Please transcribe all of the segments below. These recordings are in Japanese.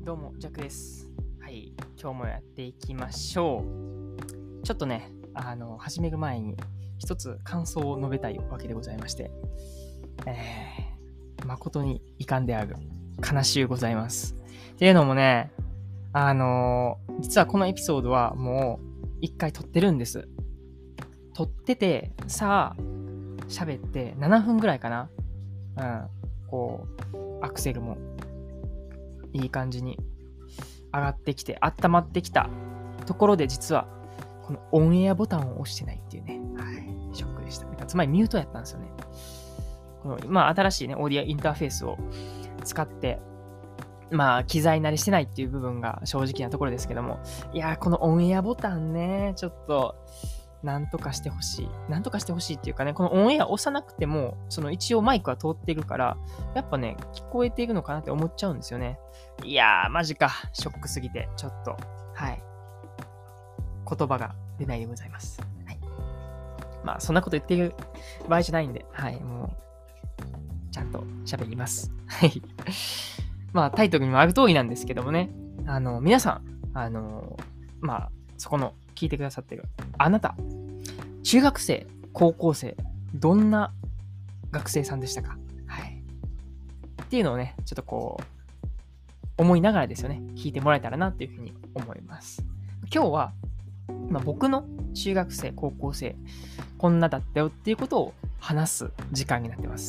どうも、ジャックです。はい、今日もやっていきましょう。ちょっとね、始める前に一つ感想を述べたいわけでございまして、誠に遺憾である。悲しゅうございます。っていうのもね、実はこのエピソードはもう一回撮ってるんです。撮ってて、さあ、喋って7分ぐらいかな。アクセルもいい感じに上がってきて温まってきたところで、実はこのオンエアボタンを押してないっていうね、ショックでした。つまりミュートやったんですよね。この新しいねオーディオインターフェースを使って機材慣れしてないっていう部分が正直なところですけども、いやー、このオンエアボタンね、ちょっとなんとかしてほしいっていうかね、このオンエア押さなくても、その一応マイクは通ってるから、やっぱね、聞こえているのかなって思っちゃうんですよね。いやー、マジか。ショックすぎて、ちょっと、言葉が出ないでございます。そんなこと言ってる場合じゃないんで、もう、ちゃんと喋ります。タイトルにもある通りなんですけどもね、皆さん、そこの聞いてくださってるあなた、中学生、高校生、どんな学生さんでしたか？っていうのをね、ちょっと思いながらですよね、聞いてもらえたらなっていうふうに思います。今日は、僕の中学生、高校生、こんなだったよっていうことを話す時間になってます。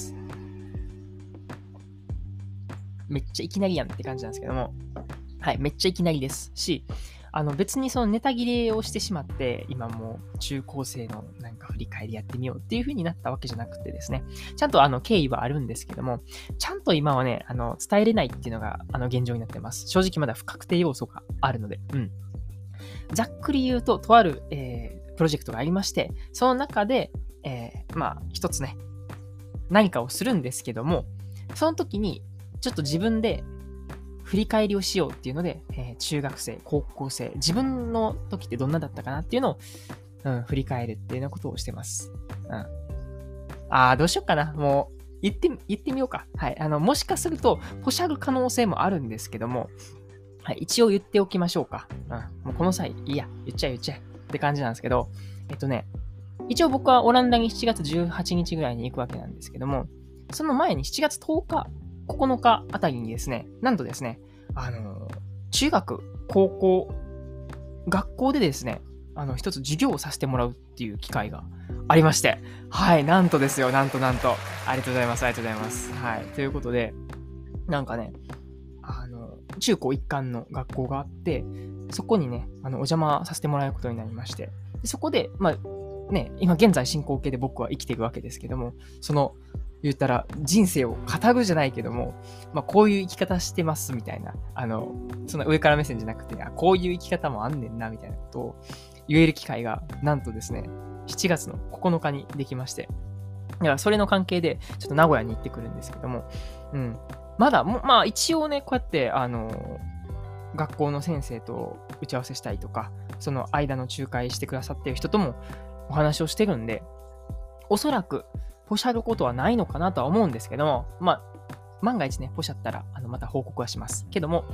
めっちゃいきなりやんって感じなんですけども、めっちゃいきなりですし、別にそのネタ切れをしてしまって、今もう中高生のなんか振り返りやってみようっていう風になったわけじゃなくてですね、ちゃんと経緯はあるんですけども、ちゃんと今はね、伝えれないっていうのが現状になってます。正直まだ不確定要素があるので、ざっくり言うと、とある、プロジェクトがありまして、その中で、一つね、何かをするんですけども、その時にちょっと自分で振り返りをしようっていうので、中学生、高校生、自分の時ってどんなだったかなっていうのを、振り返るっていうようなことをしてます。どうしようかな。もう、言ってみようか。もしかすると、ポシャる可能性もあるんですけども、一応言っておきましょうか。もうこの際、いいや、言っちゃえって感じなんですけど、一応僕はオランダに7月18日ぐらいに行くわけなんですけども、その前に7月10日、9日あたりにですね、なんとですね、中学、高校、学校でですね、一つ授業をさせてもらうっていう機会がありまして、なんとですよ、なんと。ありがとうございます。ということで、なんかね、中高一貫の学校があって、そこにね、お邪魔させてもらえることになりまして、でそこで、今現在進行形で僕は生きているわけですけども、その、言ったら人生を語るじゃないけども、こういう生き方してますみたいな、その上から目線じゃなくて、こういう生き方もあんねんなみたいなことを言える機会がなんとですね、7月の9日にできまして、だからそれの関係でちょっと名古屋に行ってくるんですけども、まだ一応ね、こうやって学校の先生と打ち合わせしたりとか、その間の仲介してくださっている人ともお話をしてるんで、おそらくポシャることはないのかなとは思うんですけども、万が一ね、ポシャったら、また報告はします。けども、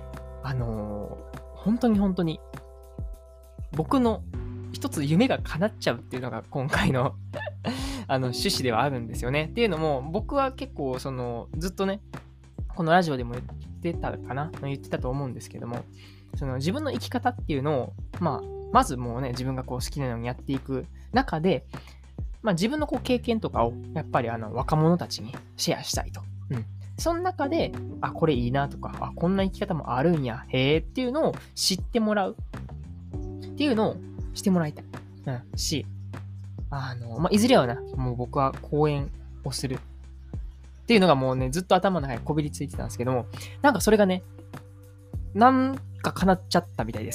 本当に、僕の一つ夢が叶っちゃうっていうのが今回の趣旨ではあるんですよね。っていうのも、僕は結構、ずっとね、このラジオでも言ってたと思うんですけども、自分の生き方っていうのを、まずもうね、自分が好きなようにやっていく中で、自分の経験とかをやっぱり若者たちにシェアしたいと。その中で、これいいなとか、こんな生き方もあるんや、へーっていうのを知ってもらうっていうのをしてもらいたい。し、いずれはな、もう僕は講演をするっていうのがもうね、ずっと頭の中にこびりついてたんですけども、なんかそれがね、なんか叶っちゃったみたいです。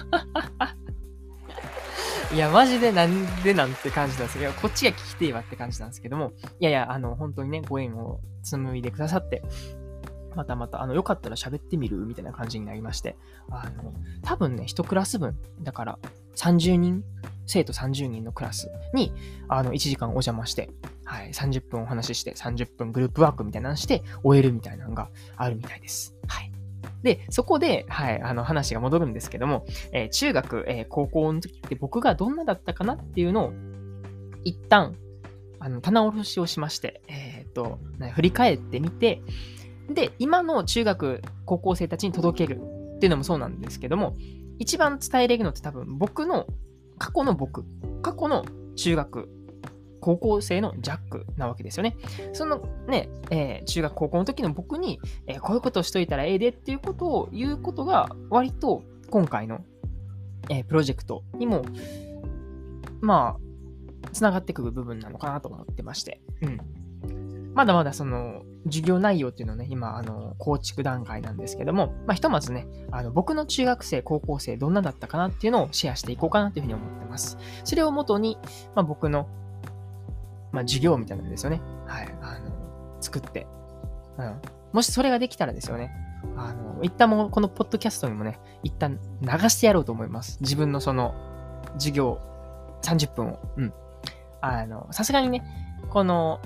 いや、マジでなんでなんて感じなんですけど、こっちが聞きてえわって感じなんですけども、本当にね、ご縁を紡いでくださって、また、よかったら喋ってみるみたいな感じになりまして、多分ね、一クラス分、だから30人、生徒30人のクラスに、1時間お邪魔して、30分お話しして、30分グループワークみたいなのして、終えるみたいなのがあるみたいです。 で、そこで、はい、話が戻るんですけども、中学、高校の時って僕がどんなだったかなっていうのを、一旦、棚卸しをしまして、振り返ってみて、で、今の中学、高校生たちに届けるっていうのもそうなんですけども、一番伝えれるのって多分過去の中学、高校生のジャックなわけですよね。そのね、中学高校の時の僕に、こういうことをしといたらええでっていうことを言うことが割と今回の、プロジェクトにもまあつながってくる部分なのかなと思ってまして、まだまだその授業内容っていうのはね、今構築段階なんですけども、ひとまずね、僕の中学生、高校生どんなだったかなっていうのをシェアしていこうかなというふうに思ってます。それをもとに、僕の授業みたいなんですよね。はい。作って、もしそれができたらですよね。一旦もうこのポッドキャストにもね、一旦流してやろうと思います。自分のその授業30分を。さすがにね、この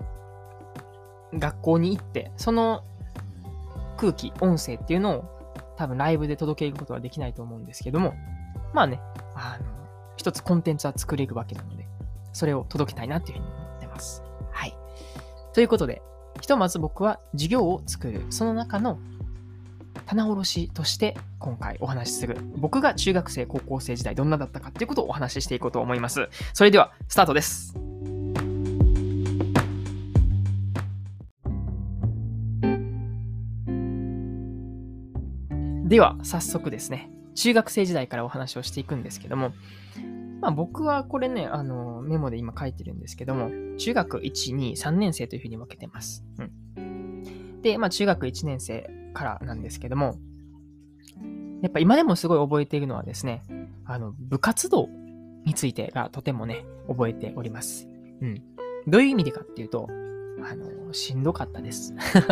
学校に行って、その空気、音声っていうのを多分ライブで届けることはできないと思うんですけども、一つコンテンツは作れるわけなので、それを届けたいなっていうふうに思ってます。はい。ということで、ひとまず僕は授業を作る。その中の棚卸しとして今回お話しする。僕が中学生、高校生時代どんなだったかっていうことをお話ししていこうと思います。それでは、スタートです。では、早速ですね、中学生時代からお話をしていくんですけども、僕はこれね、メモで今書いてるんですけども、中学1、2、3年生というふうに分けてます。で、中学1年生からなんですけども、やっぱ今でもすごい覚えているのはですね、部活動についてがとてもね、覚えております。どういう意味でかっていうと、しんどかったです。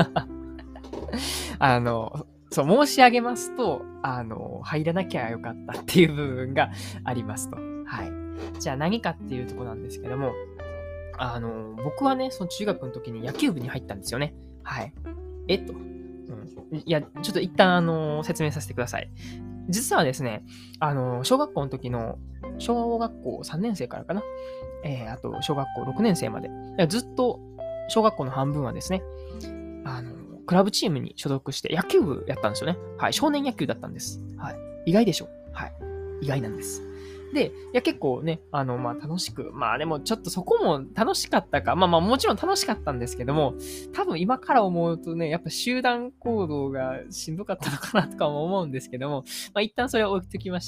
そう、申し上げますと、入らなきゃよかったっていう部分がありますと。はい。じゃあ何かっていうところなんですけども、僕はね、その中学の時に野球部に入ったんですよね。はい。いや、ちょっと一旦、説明させてください。実はですね、小学校の時の、小学校3年生からかな。あと、小学校6年生まで。ずっと、小学校の半分はですね、クラブチームに所属して野球部やったんですよね。はい。少年野球だったんです。はい。意外でしょ。はい。意外なんです。で、いや結構ね、楽しく、でもちょっとそこも楽しかったか、もちろん楽しかったんですけども、多分今から思うとね、やっぱ集団行動がしんどかったのかなとかも思うんですけども、一旦それを置いてきまして、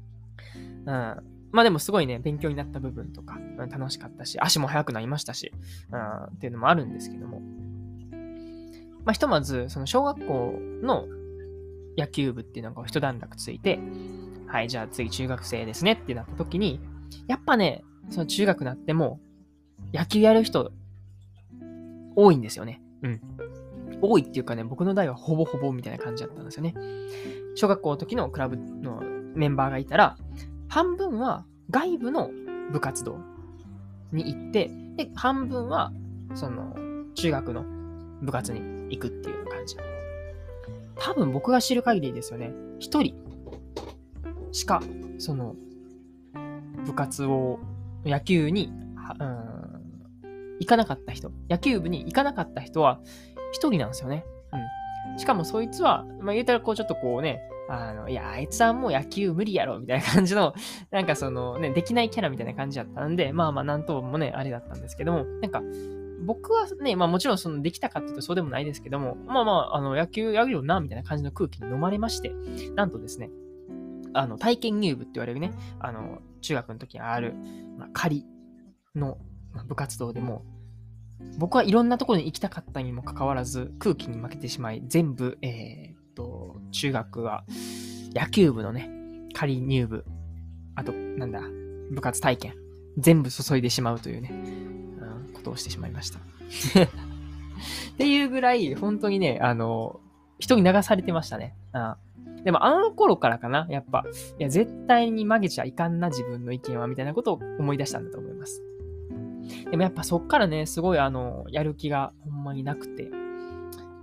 でもすごいね、勉強になった部分とか、楽しかったし、足も速くなりましたし、っていうのもあるんですけども、ひとまず、その小学校の野球部っていうのが一段落ついて、はい、じゃあ次中学生ですねってなった時に、やっぱね、その中学になっても、野球やる人、多いんですよね。多いっていうかね、僕の代はほぼほぼみたいな感じだったんですよね。小学校の時のクラブのメンバーがいたら、半分は外部の部活動に行って、で、半分は、その、中学の部活に行くっていう感じ。多分僕が知る限りですよね。一人しか、その、部活を、野球に、行かなかった人、野球部に行かなかった人は一人なんですよね。しかもそいつは、言うたらこうちょっとこうね、いや、あいつはもう野球無理やろ、みたいな感じの、なんかそのね、できないキャラみたいな感じだったんで、なんともね、あれだったんですけども、なんか、僕はね、もちろんそのできたかっていうとそうでもないですけども、野球やるよな、みたいな感じの空気に飲まれまして、なんとですね、体験入部って言われるね、中学の時にある、仮の部活動でも、僕はいろんなところに行きたかったにもかかわらず、空気に負けてしまい、全部、中学は野球部のね、仮入部、あと、部活体験、全部注いでしまうというね、ことをしてしまいました。っていうぐらい、本当にね、人に流されてましたね。でもあの頃からかな、やっぱ、いや、絶対に曲げちゃいかんな、自分の意見は、みたいなことを思い出したんだと思います。でもやっぱそっからね、すごいやる気がほんまになくて、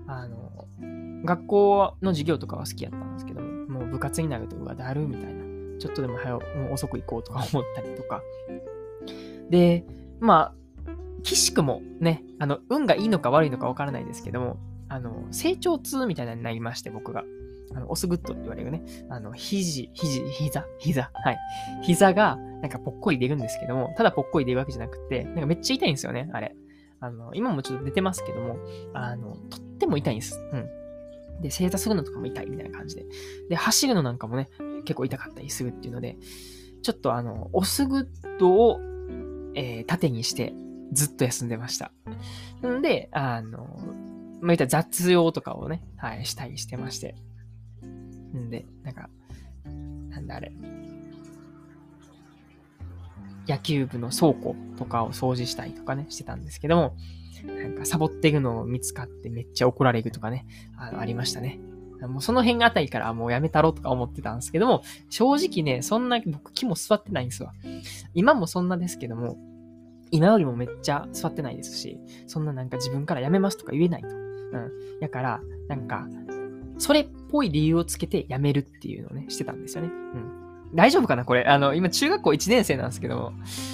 学校の授業とかは好きやったんですけども、もう部活になると、だるみたいな。ちょっとでももう遅く行こうとか思ったりとか。で、まあ、岸くもね、運がいいのか悪いのかわからないですけども、成長痛みたいなのになりまして、僕が。オスグッドって言われるね。膝。はい。膝が、なんかぽっこり出るんですけども、ただぽっこり出るわけじゃなくて、なんかめっちゃ痛いんですよね、あれ。今もちょっと出てますけども、とっても痛いんです。うん。で、正座するのとかも痛いみたいな感じで。で、走るのなんかもね、結構痛かったりするっていうので、ちょっとオスグッドを、縦にして、ずっと休んでました。んで、言ったら雑用とかをね、はい、したりしてまして。んで、なんだあれ。野球部の倉庫とかを掃除したりとかね、してたんですけども、なんかサボってるのを見つかってめっちゃ怒られるとかね、ありましたね。もうその辺あたりからもうやめたろとか思ってたんですけども、正直ね、そんな僕気も座ってないんですわ。今もそんなですけども、今よりもめっちゃ座ってないですし、そんななんか自分からやめますとか言えないと。うん。だから、なんか、それっぽい理由をつけてやめるっていうのをね、してたんですよね。うん。大丈夫かなこれ。今中学校1年生なんですけども、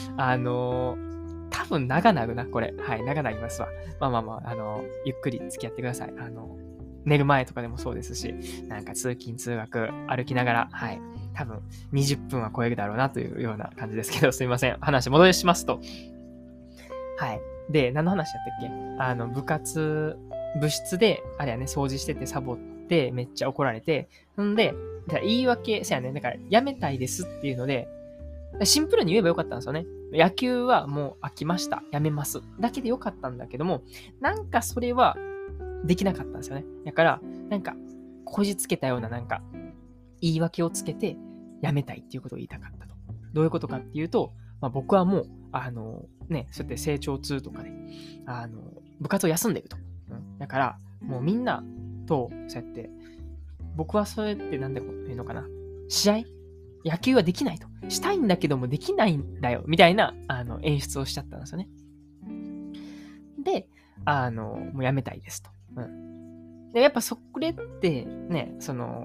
多分長なるな、これ。はい、長なりますわ。まあ、ゆっくり付き合ってください。寝る前とかでもそうですし、なんか通勤通学歩きながら、はい、多分20分は超えるだろうなというような感じですけど、すいません。話戻しますと。はい。で、何の話やったっけ？部室で、あれやね、掃除しててサボって、めっちゃ怒られて、んで、言い訳、そうやね、だからやめたいですっていうので、シンプルに言えばよかったんですよね。野球はもう飽きました。やめます。だけでよかったんだけども、なんかそれはできなかったんですよね。だから、なんか、こじつけたような言い訳をつけて、やめたいっていうことを言いたかったと。どういうことかっていうと、僕はもう、そうやって成長痛とかね、部活を休んでると。だから、もうみんなと、そうやって、僕はそうやってなんで言うのかな。野球はできないと。したいんだけどもできないんだよ。みたいな、演出をしちゃったんですよね。で、もうやめたいですと。で、やっぱそれって、ね、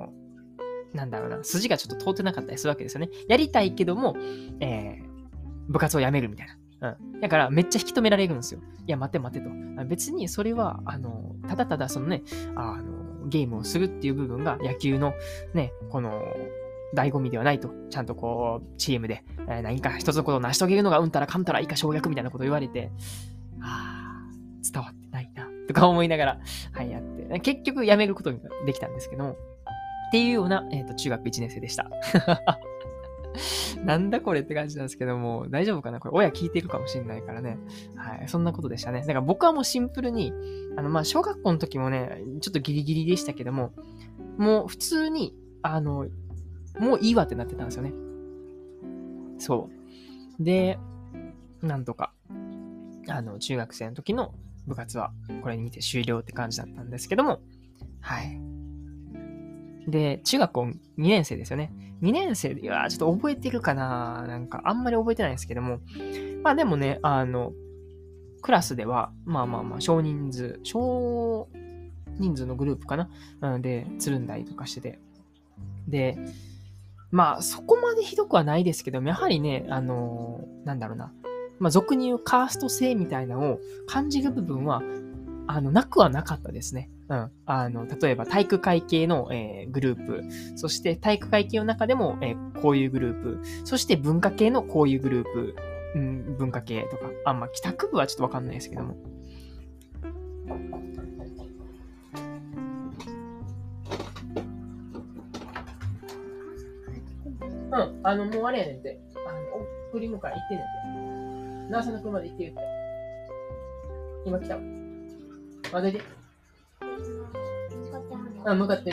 筋がちょっと通ってなかったりするわけですよね。やりたいけども、部活をやめるみたいな。だから、めっちゃ引き止められるんですよ。いや、待てと。別にそれは、ただただゲームをするっていう部分が野球のね、この、醍醐味ではないと。ちゃんとこう、チームで、何か一つのことを成し遂げるのがうんたらかんたら以下省略みたいなことを言われて、伝わってないな、とか思いながら、はい、やって。結局やめることができたんですけども、っていうような、中学1年生でした。なんだこれって感じなんですけども、大丈夫かなこれ親聞いてるかもしれないからね。はい。そんなことでしたね。だから僕はもうシンプルに、小学校の時もね、ちょっとギリギリでしたけども、もう普通に、もういいわってなってたんですよね。そう。で、なんとか、中学生の時の部活はこれにて終了って感じだったんですけども、はい。で、中学校2年生ですよね。2年生で、ちょっと覚えてるかな？なんかあんまり覚えてないんですけども、でもね、クラスでは、少人数のグループかな？で、つるんだりとかしてて。で、そこまでひどくはないですけども、やはりね、俗に言うカースト制みたいなのを感じる部分は、なくはなかったですね。例えば体育会系の、グループ、そして体育会系の中でも、こういうグループ、そして文化系のこういうグループ、文化系とか、帰宅部はちょっとわかんないですけども。もうあれやねんて。送り迎え行ってねんて。ナースの車で行ってるって。今来たわ。どいて。向かってって。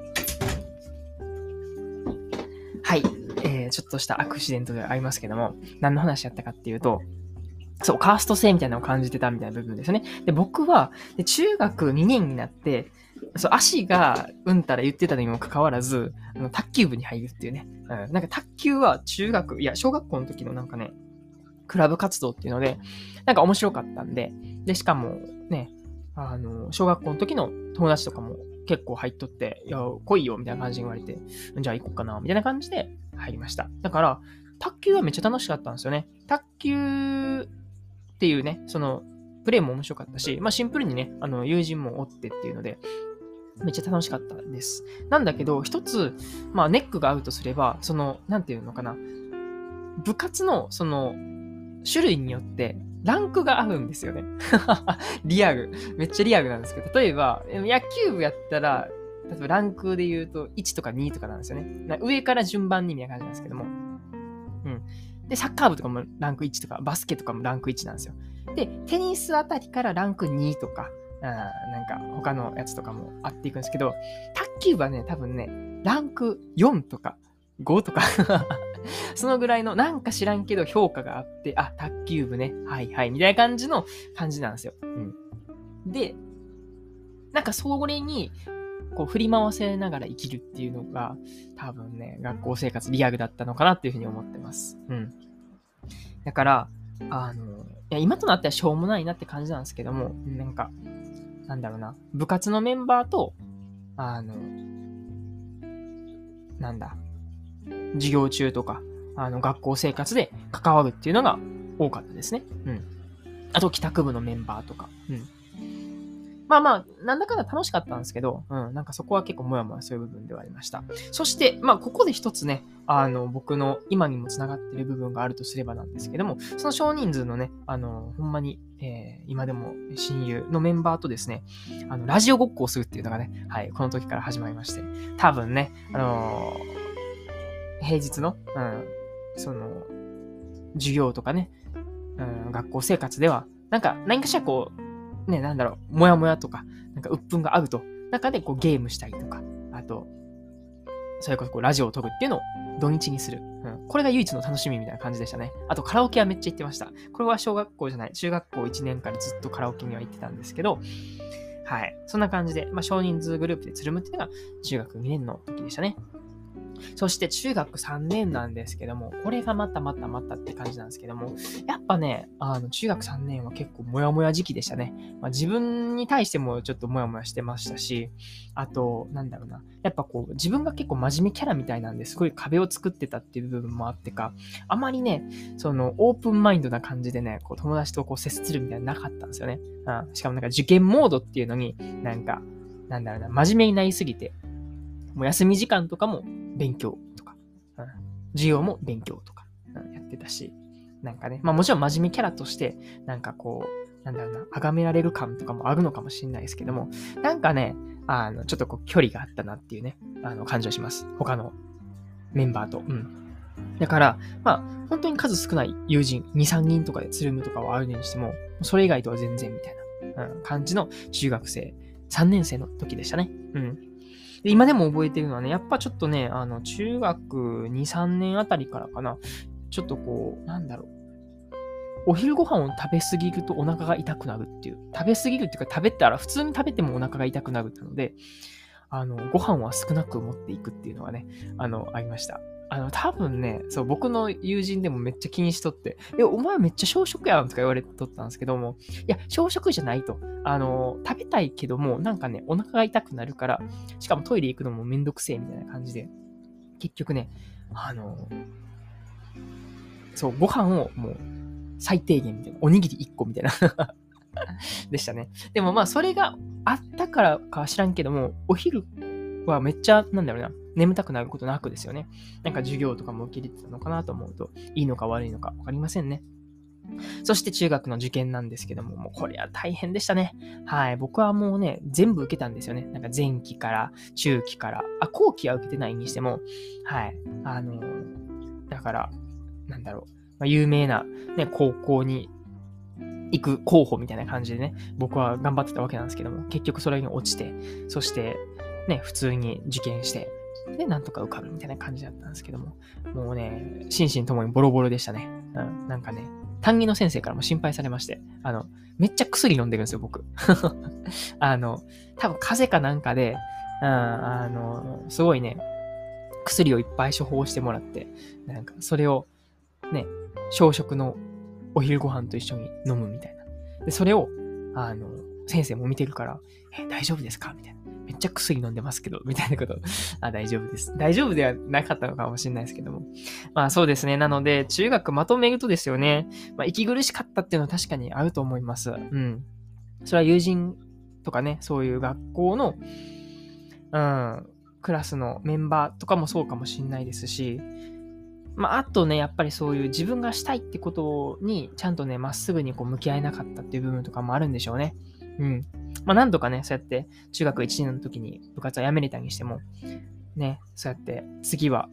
はい。ちょっとしたアクシデントではありますけども、何の話やったかっていうと、そう、カースト制みたいなのを感じてたみたいな部分ですね。で、僕は、中学2年になって、足がうんたら言ってたにもかかわらず、卓球部に入るっていうね。卓球は小学校の時のクラブ活動っていうので、面白かったんで、で、しかもね、 小学校の時の友達とかも結構入っとって、いや、来いよ、みたいな感じに言われて、じゃあ行こうかな、みたいな感じで入りました。だから、卓球はめっちゃ楽しかったんですよね。卓球っていうね、プレイも面白かったし、シンプルにね、友人もおってっていうので、めっちゃ楽しかったです。なんだけど、一つ、ネックが合うとすれば、なんていうのかな、部活の、種類によって、ランクが合うんですよね。リアル。めっちゃリアルなんですけど、例えば、野球部やったら、例えばランクで言うと1とか2とかなんですよね。上から順番にみたいな感じなんですけども。うん。で、サッカー部とかもランク1とか、バスケとかもランク1なんですよ。で、テニスあたりからランク2とか、なんか他のやつとかもあっていくんですけど、卓球部はね、多分ね、ランク4とか5とかそのぐらいのなんか知らんけど評価があって、あ、卓球部ね、はいはい、みたいな感じなんですよ。うん。で、なんかそれに、こう振り回せながら生きるっていうのが、多分ね、学校生活リアルだったのかなっていうふうに思ってます。うん。だから、いや今となってはしょうもないなって感じなんですけども、なんか、なんだろうな、部活のメンバーと、なんだ、授業中とか、学校生活で関わるっていうのが多かったですね。うん。あと、帰宅部のメンバーとか。うん。なんだかんだ楽しかったんですけど、なんかそこは結構もやもやそういう部分ではありました。そして、ここで一つね、僕の今にも繋がっている部分があるとすればなんですけども、その少人数のね、ほんまに、今でも親友のメンバーとですね、ラジオごっこをするっていうのがね、はい、この時から始まりまして、多分ね、平日の、授業とかね、学校生活では、何かしらこう、ね、もやもやとか、なんか鬱憤があると、中でこうゲームしたりとか、あと、それこそこうラジオを撮るっていうのを土日にする。これが唯一の楽しみみたいな感じでしたね。あとカラオケはめっちゃ行ってました。これは小学校じゃない、中学校1年からずっとカラオケには行ってたんですけど、はい。そんな感じで、少人数グループでつるむっていうのが中学2年の時でしたね。そして中学3年なんですけども、これがまたって感じなんですけども、やっぱね、中学3年は結構モヤモヤ時期でしたね。自分に対してもちょっとモヤモヤしてましたし、あと、やっぱこう、自分が結構真面目キャラみたいなんですごい壁を作ってたっていう部分もあってか、あまりね、オープンマインドな感じでね、こう友達とこう接するみたいなのなかったんですよね。しかも受験モードっていうのに真面目になりすぎて、もう休み時間とかも勉強とか、授業も勉強とか、やってたし、もちろん真面目キャラとして、崇められる感とかもあるのかもしれないですけども、ちょっとこう距離があったなっていうね、感じはします。他のメンバーと。だから、本当に数少ない友人、2、3人とかでつるむとかはあるにしても、それ以外とは全然みたいな、感じの中学生、3年生の時でしたね。で今でも覚えてるのはね、やっぱちょっとね、中学2、3年あたりからかな、ちょっとこう、お昼ご飯を食べ過ぎるとお腹が痛くなるっていう。食べ過ぎるっていうか食べたら普通に食べてもお腹が痛くなるので、ご飯は少なく持っていくっていうのがね、ありました。多分ね、そう、僕の友人でもめっちゃ気にしとって、お前めっちゃ小食やんとか言われとったんですけども、いや、小食じゃないと。食べたいけども、お腹が痛くなるから、しかもトイレ行くのもめんどくせえみたいな感じで、結局ね、そう、ご飯をもう、最低限みたいな、おにぎり1個みたいなでしたね。でもそれがあったからかは知らんけども、お昼はめっちゃ、眠たくなることなくですよね。授業とかも受け入れてたのかなと思うと、いいのか悪いのかわかりませんね。そして中学の受験なんですけども、もうこれは大変でしたね。はい。僕はもうね、全部受けたんですよね。前期から、中期から、後期は受けてないにしても、はい。だから、有名な、ね、高校に行く候補みたいな感じでね、僕は頑張ってたわけなんですけども、結局それに落ちて、そして、ね、普通に受験して、で、なんとか受かるみたいな感じだったんですけども、もうね、心身ともにボロボロでしたね。担任の先生からも心配されまして、めっちゃ薬飲んでるんですよ、僕。多分風邪かなんかで、すごいね、薬をいっぱい処方してもらって、それを、ね、朝食のお昼ご飯と一緒に飲むみたいな。で、それを、 先生も見てるから、大丈夫ですかみたいな。めっちゃ薬飲んでますけど、みたいなこと。大丈夫です。大丈夫ではなかったのかもしれないですけども。まあそうですね。なので、中学まとめるとですよね。息苦しかったっていうのは確かにあると思います。うん。それは友人とかね、そういう学校の、クラスのメンバーとかもそうかもしれないですし、あとね、やっぱりそういう自分がしたいってことに、ちゃんとね、まっすぐに向き合えなかったっていう部分とかもあるんでしょうね。うん。何度かね、そうやって、中学1年の時に部活は辞めれたにしても、ね、そうやって、次は、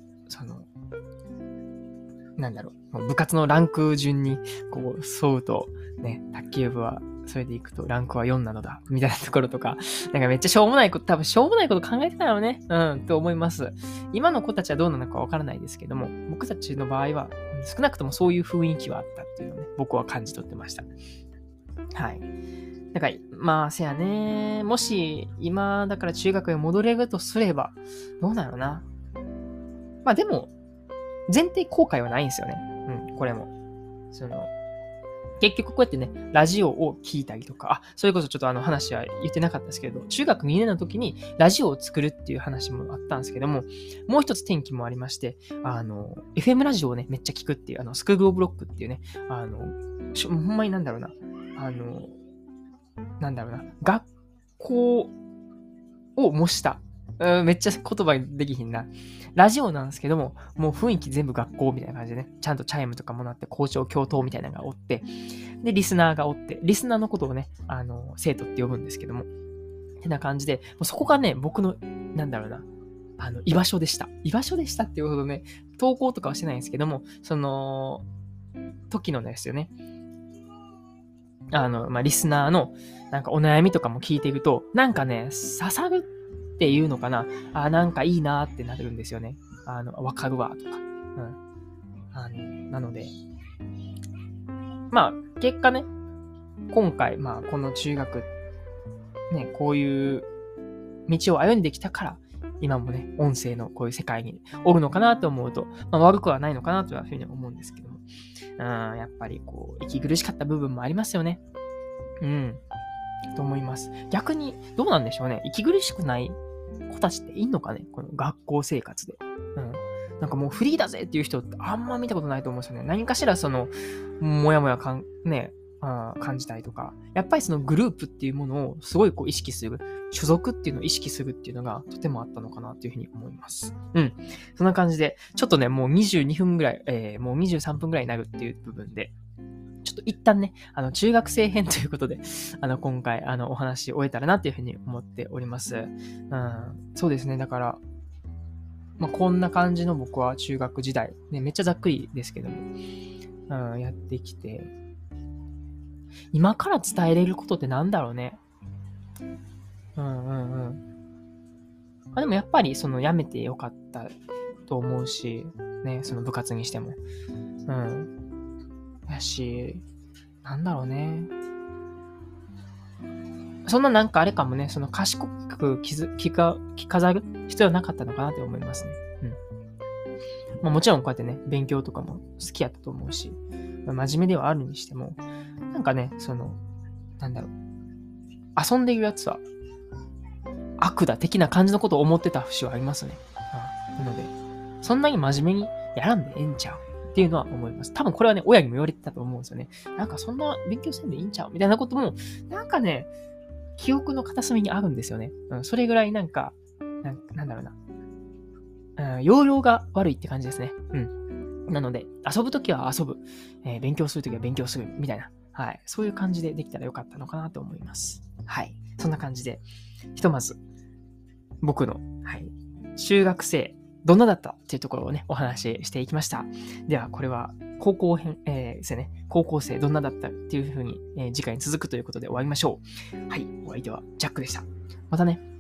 もう部活のランク順に、沿うと、ね、卓球部は、それで行くとランクは4なのだ、みたいなところとか、なんかめっちゃしょうもないこと、多分しょうもないこと考えてたよね、と思います。今の子たちはどうなのかわからないですけども、僕たちの場合は、少なくともそういう雰囲気はあったっていうのをね、僕は感じ取ってました。はい。だから、せやね。もし、今、だから中学へ戻れるとすれば、どうなのな。でも、前提後悔はないんですよね。これも。結局こうやってね、ラジオを聞いたりとか、それこそちょっと話は言ってなかったですけど、中学2年の時にラジオを作るっていう話もあったんですけども、もう一つ転機もありまして、FM ラジオをね、めっちゃ聞くっていう、スクールオブロックっていうね、ほんまに学校を模した、めっちゃ言葉にできひんな。ラジオなんですけども、もう雰囲気全部学校みたいな感じでね、ちゃんとチャイムとかもなって、校長教頭みたいなのがおって、で、リスナーがおって、リスナーのことをね、生徒って呼ぶんですけども、ってな感じで、もうそこがね、僕の、居場所でした。居場所でしたっていうほどね、投稿とかはしてないんですけども、時のですよね。リスナーの、お悩みとかも聞いていくと、刺さるっていうのかな。いいなーってなるんですよね。わかるわ、とか。なので、結果ね、今回、この中学、ね、こういう道を歩んできたから、今もね、音声のこういう世界におるのかなと思うと、悪くはないのかなというふうに思うんですけども。やっぱり息苦しかった部分もありますよね。と思います。逆に、どうなんでしょうね。息苦しくない子たちっていんのかね、この学校生活で。もうフリーだぜっていう人ってあんま見たことないと思うんですよね。何かしらもやもや感じたりとか、やっぱりグループっていうものをすごい意識する、所属っていうのを意識するっていうのがとてもあったのかなというふうに思います。そんな感じで、ちょっとね、もう22分ぐらい、もう23分ぐらいになるっていう部分で、ちょっと一旦ね、中学生編ということで、今回、お話を終えたらなというふうに思っております。そうですね、だから、こんな感じの僕は中学時代、ね、めっちゃざっくりですけども、やってきて、今から伝えれることってなんだろうね。でもやっぱり辞めてよかったと思うし、ね、部活にしても。やし、なんだろうね。そんなあれかもね、賢く着飾る必要はなかったのかなって思いますね。もちろんこうやってね、勉強とかも好きやったと思うし、真面目ではあるにしても、遊んでいるやつは悪だ的な感じのことを思ってた節はありますね。なので、そんなに真面目にやらんでええんちゃうっていうのは思います。多分これはね、親にも言われてたと思うんですよね。そんな勉強せんでいいんちゃうみたいなことも、記憶の片隅にあるんですよね。それぐらい容量が悪いって感じですね。なので、遊ぶときは遊ぶ、勉強するときは勉強するみたいな、そういう感じでできたらよかったのかなと思います。そんな感じで、ひとまず、僕の、中学生、どんなだったっていうところをね、お話ししていきました。では、これは、高校編、ですね。高校生、どんなだったっていう風に、次回に続くということで終わりましょう。お相手はジャックでした。またね。